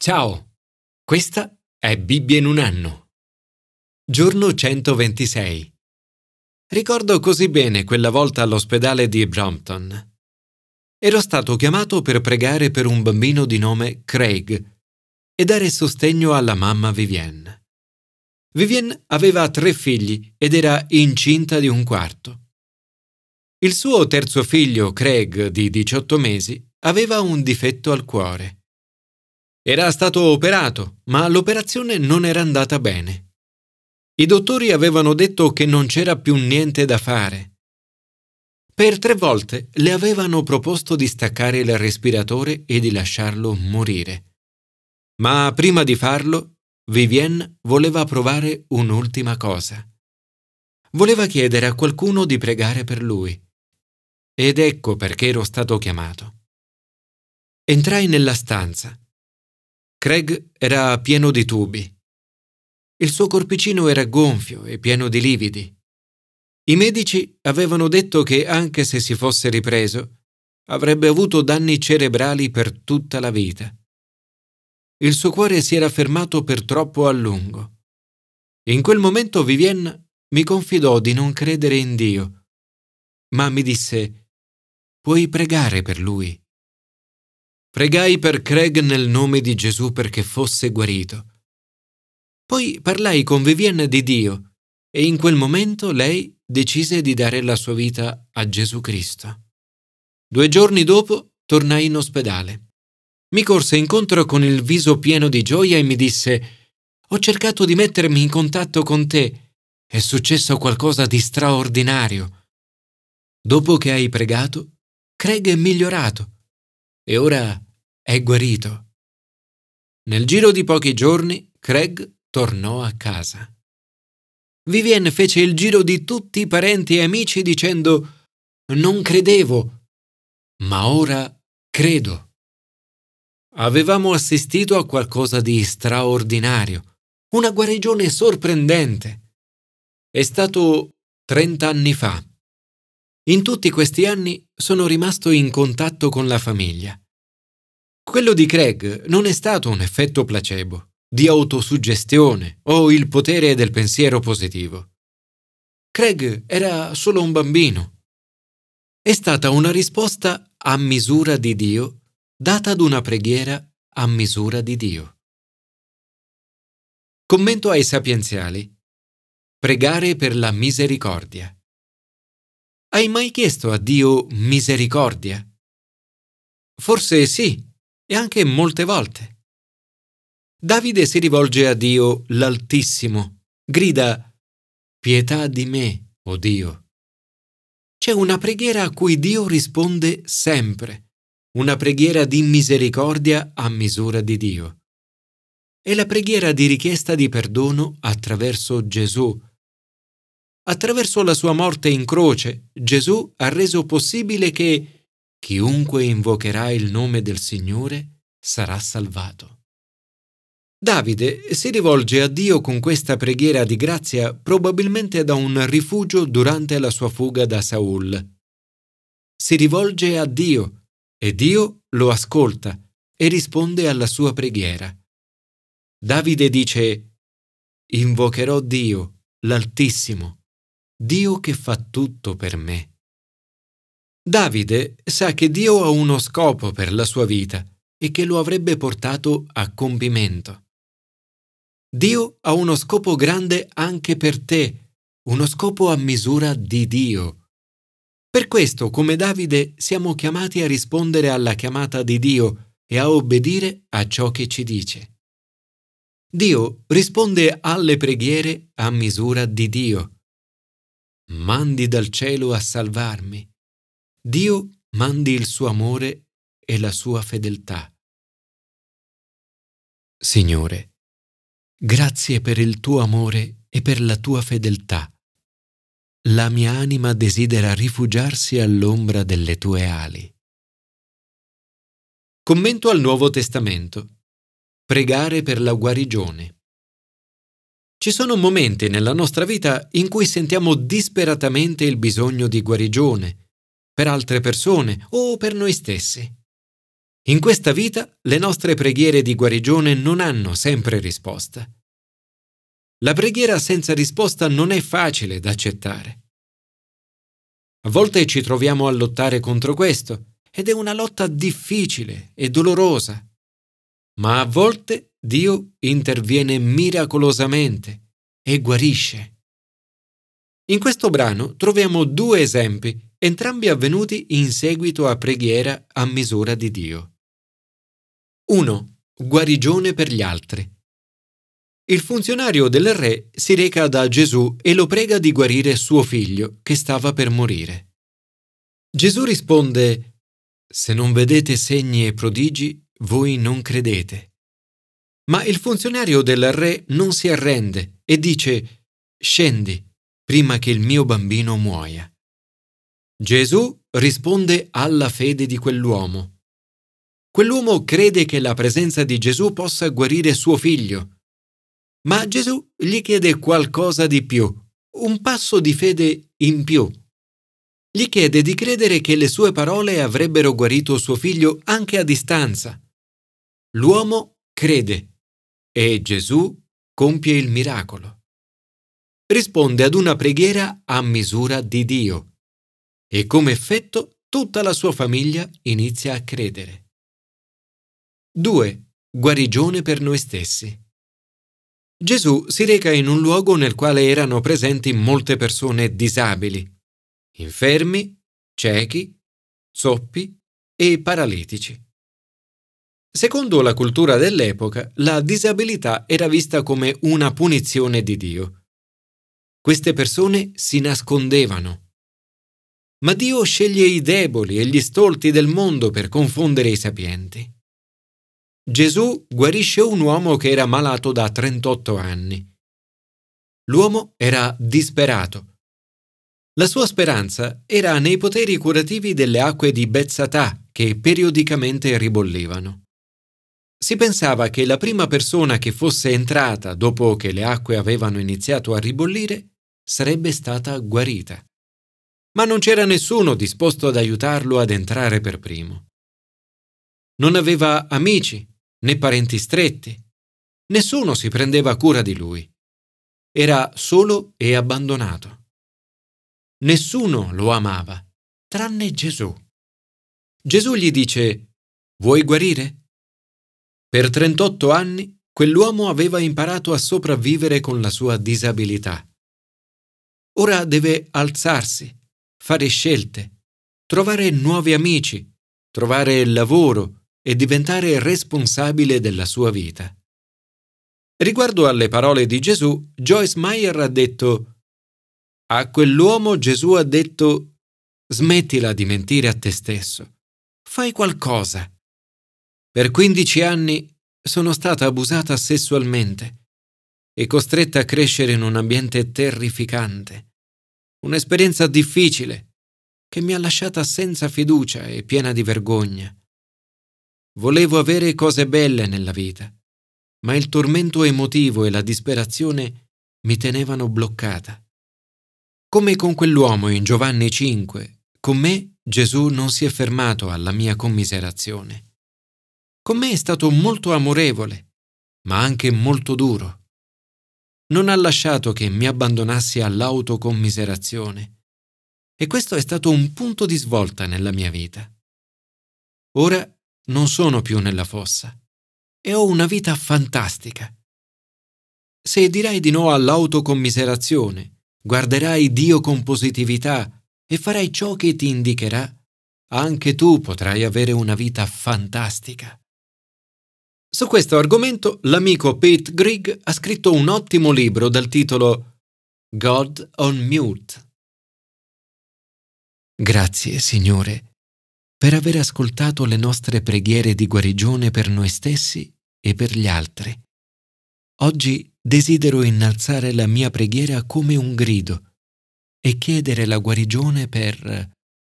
Ciao, questa è Bibbia in un anno. Giorno 126. Ricordo così bene quella volta all'ospedale di Brompton. Ero stato chiamato per pregare per un bambino di nome Craig e dare sostegno alla mamma Vivienne. Vivienne aveva 3 figli ed era incinta di un quarto. Il suo terzo figlio, Craig, di 18 mesi, aveva un difetto al cuore. Era stato operato, ma l'operazione non era andata bene. I dottori avevano detto che non c'era più niente da fare. Per 3 volte le avevano proposto di staccare il respiratore e di lasciarlo morire. Ma prima di farlo, Vivienne voleva provare un'ultima cosa. Voleva chiedere a qualcuno di pregare per lui. Ed ecco perché ero stato chiamato. Entrai nella stanza. Craig era pieno di tubi. Il suo corpicino era gonfio e pieno di lividi. I medici avevano detto che anche se si fosse ripreso, avrebbe avuto danni cerebrali per tutta la vita. Il suo cuore si era fermato per troppo a lungo. In quel momento Vivienne mi confidò di non credere in Dio, ma mi disse: «Puoi pregare per lui». Pregai per Craig nel nome di Gesù perché fosse guarito. Poi parlai con Vivienne di Dio e in quel momento lei decise di dare la sua vita a Gesù Cristo. 2 giorni dopo tornai in ospedale. Mi corse incontro con il viso pieno di gioia e mi disse: «Ho cercato di mettermi in contatto con te. È successo qualcosa di straordinario. Dopo che hai pregato, Craig è migliorato e ora è guarito». Nel giro di pochi giorni, Craig tornò a casa. Vivienne fece il giro di tutti i parenti e amici dicendo: «Non credevo, ma ora credo». Avevamo assistito a qualcosa di straordinario, una guarigione sorprendente. È stato 30 anni fa. In tutti questi anni sono rimasto in contatto con la famiglia. Quello di Craig non è stato un effetto placebo, di autosuggestione o il potere del pensiero positivo. Craig era solo un bambino. È stata una risposta a misura di Dio, data ad una preghiera a misura di Dio. Commento ai sapienziali. Pregare per la misericordia. Hai mai chiesto a Dio misericordia? Forse sì, e anche molte volte. Davide si rivolge a Dio l'Altissimo, grida: «Pietà di me, o Dio». C'è una preghiera a cui Dio risponde sempre, una preghiera di misericordia a misura di Dio. È la preghiera di richiesta di perdono attraverso Gesù. Attraverso la sua morte in croce, Gesù ha reso possibile che chiunque invocherà il nome del Signore sarà salvato. Davide si rivolge a Dio con questa preghiera di grazia probabilmente da un rifugio durante la sua fuga da Saul. Si rivolge a Dio e Dio lo ascolta e risponde alla sua preghiera. Davide dice: «Invocherò Dio, l'Altissimo, Dio che fa tutto per me». Davide sa che Dio ha uno scopo per la sua vita e che lo avrebbe portato a compimento. Dio ha uno scopo grande anche per te, uno scopo a misura di Dio. Per questo, come Davide, siamo chiamati a rispondere alla chiamata di Dio e a obbedire a ciò che ci dice. Dio risponde alle preghiere a misura di Dio. Mandi dal cielo a salvarmi. Dio mandi il suo amore e la sua fedeltà. Signore, grazie per il tuo amore e per la tua fedeltà. La mia anima desidera rifugiarsi all'ombra delle tue ali. Commento al Nuovo Testamento. Pregare per la guarigione. Ci sono momenti nella nostra vita in cui sentiamo disperatamente il bisogno di guarigione, per altre persone o per noi stessi. In questa vita le nostre preghiere di guarigione non hanno sempre risposta. La preghiera senza risposta non è facile da accettare. A volte ci troviamo a lottare contro questo ed è una lotta difficile e dolorosa, ma a volte Dio interviene miracolosamente e guarisce. In questo brano troviamo 2 esempi, entrambi avvenuti in seguito a preghiera a misura di Dio. 1. Guarigione per gli altri. Il funzionario del re si reca da Gesù e lo prega di guarire suo figlio, che stava per morire. Gesù risponde: «Se non vedete segni e prodigi, voi non credete». Ma il funzionario del re non si arrende e dice: «Scendi, prima che il mio bambino muoia». Gesù risponde alla fede di quell'uomo. Quell'uomo crede che la presenza di Gesù possa guarire suo figlio, ma Gesù gli chiede qualcosa di più, un passo di fede in più. Gli chiede di credere che le sue parole avrebbero guarito suo figlio anche a distanza. L'uomo crede e Gesù compie il miracolo. Risponde ad una preghiera a misura di Dio e come effetto tutta la sua famiglia inizia a credere. 2. Guarigione per noi stessi. Gesù si reca in un luogo nel quale erano presenti molte persone disabili, infermi, ciechi, zoppi e paralitici. Secondo la cultura dell'epoca, la disabilità era vista come una punizione di Dio. Queste persone si nascondevano. Ma Dio sceglie i deboli e gli stolti del mondo per confondere i sapienti. Gesù guarisce un uomo che era malato da 38 anni. L'uomo era disperato. La sua speranza era nei poteri curativi delle acque di Bezzatà che periodicamente ribollivano. Si pensava che la prima persona che fosse entrata dopo che le acque avevano iniziato a ribollire sarebbe stata guarita. Ma non c'era nessuno disposto ad aiutarlo ad entrare per primo. Non aveva amici né parenti stretti. Nessuno si prendeva cura di lui. Era solo e abbandonato. Nessuno lo amava, tranne Gesù. Gesù gli dice: «Vuoi guarire?» Per 38 anni quell'uomo aveva imparato a sopravvivere con la sua disabilità. Ora deve alzarsi, fare scelte, trovare nuovi amici, trovare lavoro e diventare responsabile della sua vita. Riguardo alle parole di Gesù, Joyce Meyer ha detto: «A quell'uomo Gesù ha detto: smettila di mentire a te stesso. Fai qualcosa. Per 15 anni sono stata abusata sessualmente e costretta a crescere in un ambiente terrificante. Un'esperienza difficile che mi ha lasciata senza fiducia e piena di vergogna. Volevo avere cose belle nella vita, ma il tormento emotivo e la disperazione mi tenevano bloccata. Come con quell'uomo in Giovanni 5, con me Gesù non si è fermato alla mia commiserazione. Con me è stato molto amorevole, ma anche molto duro. Non ha lasciato che mi abbandonassi all'autocommiserazione. E questo è stato un punto di svolta nella mia vita. Ora non sono più nella fossa e ho una vita fantastica. Se dirai di no all'autocommiserazione, guarderai Dio con positività e farai ciò che ti indicherà, anche tu potrai avere una vita fantastica. Su questo argomento l'amico Pete Greig ha scritto un ottimo libro dal titolo God on Mute. Grazie, Signore, per aver ascoltato le nostre preghiere di guarigione per noi stessi e per gli altri. Oggi desidero innalzare la mia preghiera come un grido e chiedere la guarigione per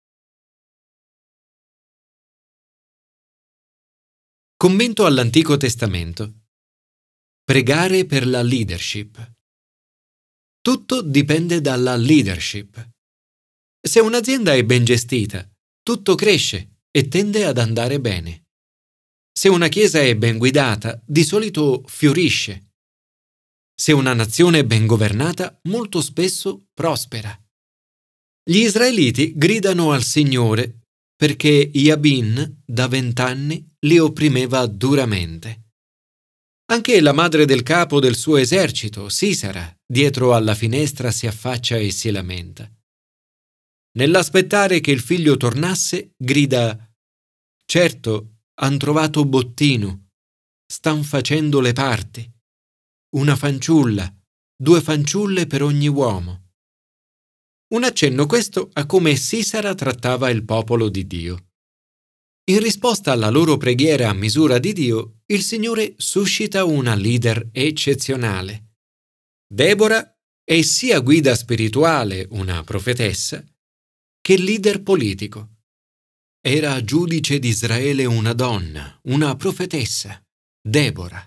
Commento all'Antico Testamento. Pregare per la leadership. Tutto dipende dalla leadership. Se un'azienda è ben gestita, tutto cresce e tende ad andare bene. Se una chiesa è ben guidata, di solito fiorisce. Se una nazione è ben governata, molto spesso prospera. Gli israeliti gridano al Signore perché Jabin da 20 anni li opprimeva duramente. Anche la madre del capo del suo esercito, Sisara, dietro alla finestra si affaccia e si lamenta. Nell'aspettare che il figlio tornasse, grida: «Certo, han trovato bottino, stan facendo le parti. Una fanciulla, 2 fanciulle per ogni uomo». Un accenno questo a come Sisara trattava il popolo di Dio. In risposta alla loro preghiera a misura di Dio, il Signore suscita una leader eccezionale. Debora è sia guida spirituale, una profetessa, che leader politico. Era giudice di Israele una donna, una profetessa, Debora.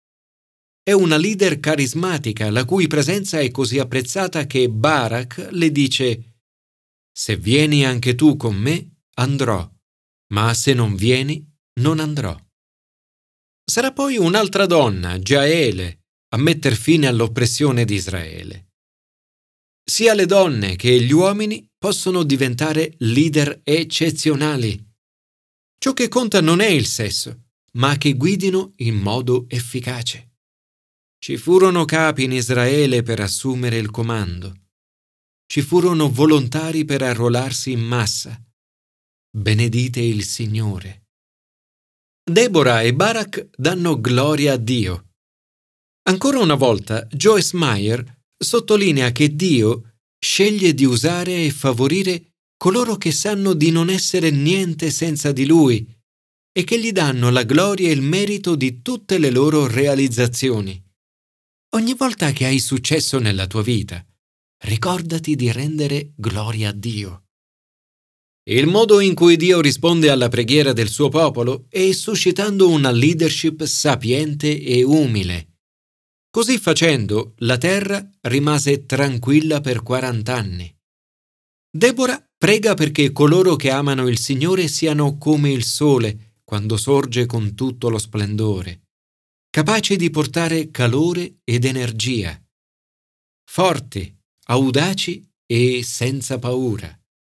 È una leader carismatica, la cui presenza è così apprezzata che Barak le dice: «Se vieni anche tu con me, andrò, ma se non vieni, non andrò». Sarà poi un'altra donna, Giaele, a metter fine all'oppressione di Israele. Sia le donne che gli uomini possono diventare leader eccezionali. Ciò che conta non è il sesso, ma che guidino in modo efficace. Ci furono capi in Israele per assumere il comando. Ci furono volontari per arruolarsi in massa. Benedite il Signore. Debora e Barak danno gloria a Dio. Ancora una volta, Joyce Meyer sottolinea che Dio sceglie di usare e favorire coloro che sanno di non essere niente senza di Lui e che gli danno la gloria e il merito di tutte le loro realizzazioni. Ogni volta che hai successo nella tua vita, ricordati di rendere gloria a Dio. Il modo in cui Dio risponde alla preghiera del suo popolo è suscitando una leadership sapiente e umile. Così facendo, la terra rimase tranquilla per 40 anni. Debora prega perché coloro che amano il Signore siano come il sole quando sorge con tutto lo splendore, capaci di portare calore ed energia, forti, audaci e senza paura.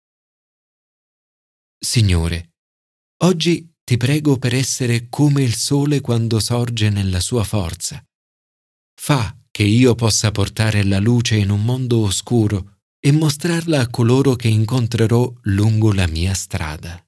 Signore, oggi ti prego per essere come il sole quando sorge nella sua forza. Fa che io possa portare la luce in un mondo oscuro e mostrarla a coloro che incontrerò lungo la mia strada.